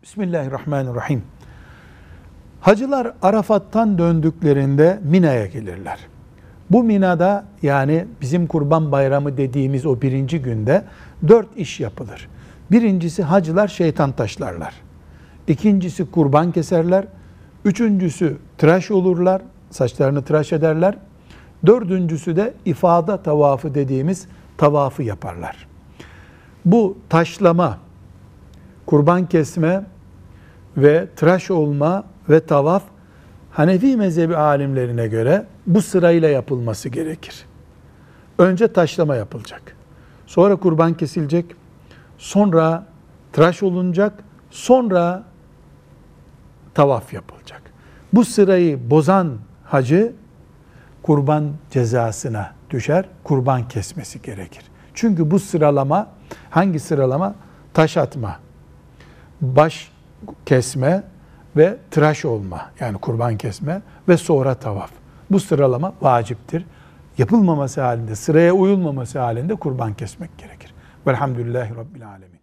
Bismillahirrahmanirrahim. Hacılar Arafat'tan döndüklerinde Mina'ya gelirler. Bu Mina'da, yani bizim Kurban Bayramı dediğimiz o birinci günde 4 iş yapılır. Birincisi, hacılar şeytan taşlarlar. İkincisi, kurban keserler. Üçüncüsü, tıraş olurlar, saçlarını tıraş ederler. Dördüncüsü de ifada tavafı dediğimiz tavafı yaparlar. Bu taşlama, kurban kesme ve tıraş olma ve tavaf, Hanefi mezhebi alimlerine göre bu sırayla yapılması gerekir. Önce taşlama yapılacak. Sonra kurban kesilecek. Sonra tıraş olunacak. Sonra tavaf yapılacak. Bu sırayı bozan hacı kurban cezasına düşer. Kurban kesmesi gerekir. Çünkü bu sıralama, hangi sıralama? Taş atma, baş kesme ve tıraş olma, yani kurban kesme ve sonra tavaf. Bu sıralama vaciptir. Yapılmaması halinde, sıraya uyulmaması halinde kurban kesmek gerekir. Velhamdülillahi Rabbil Alemin.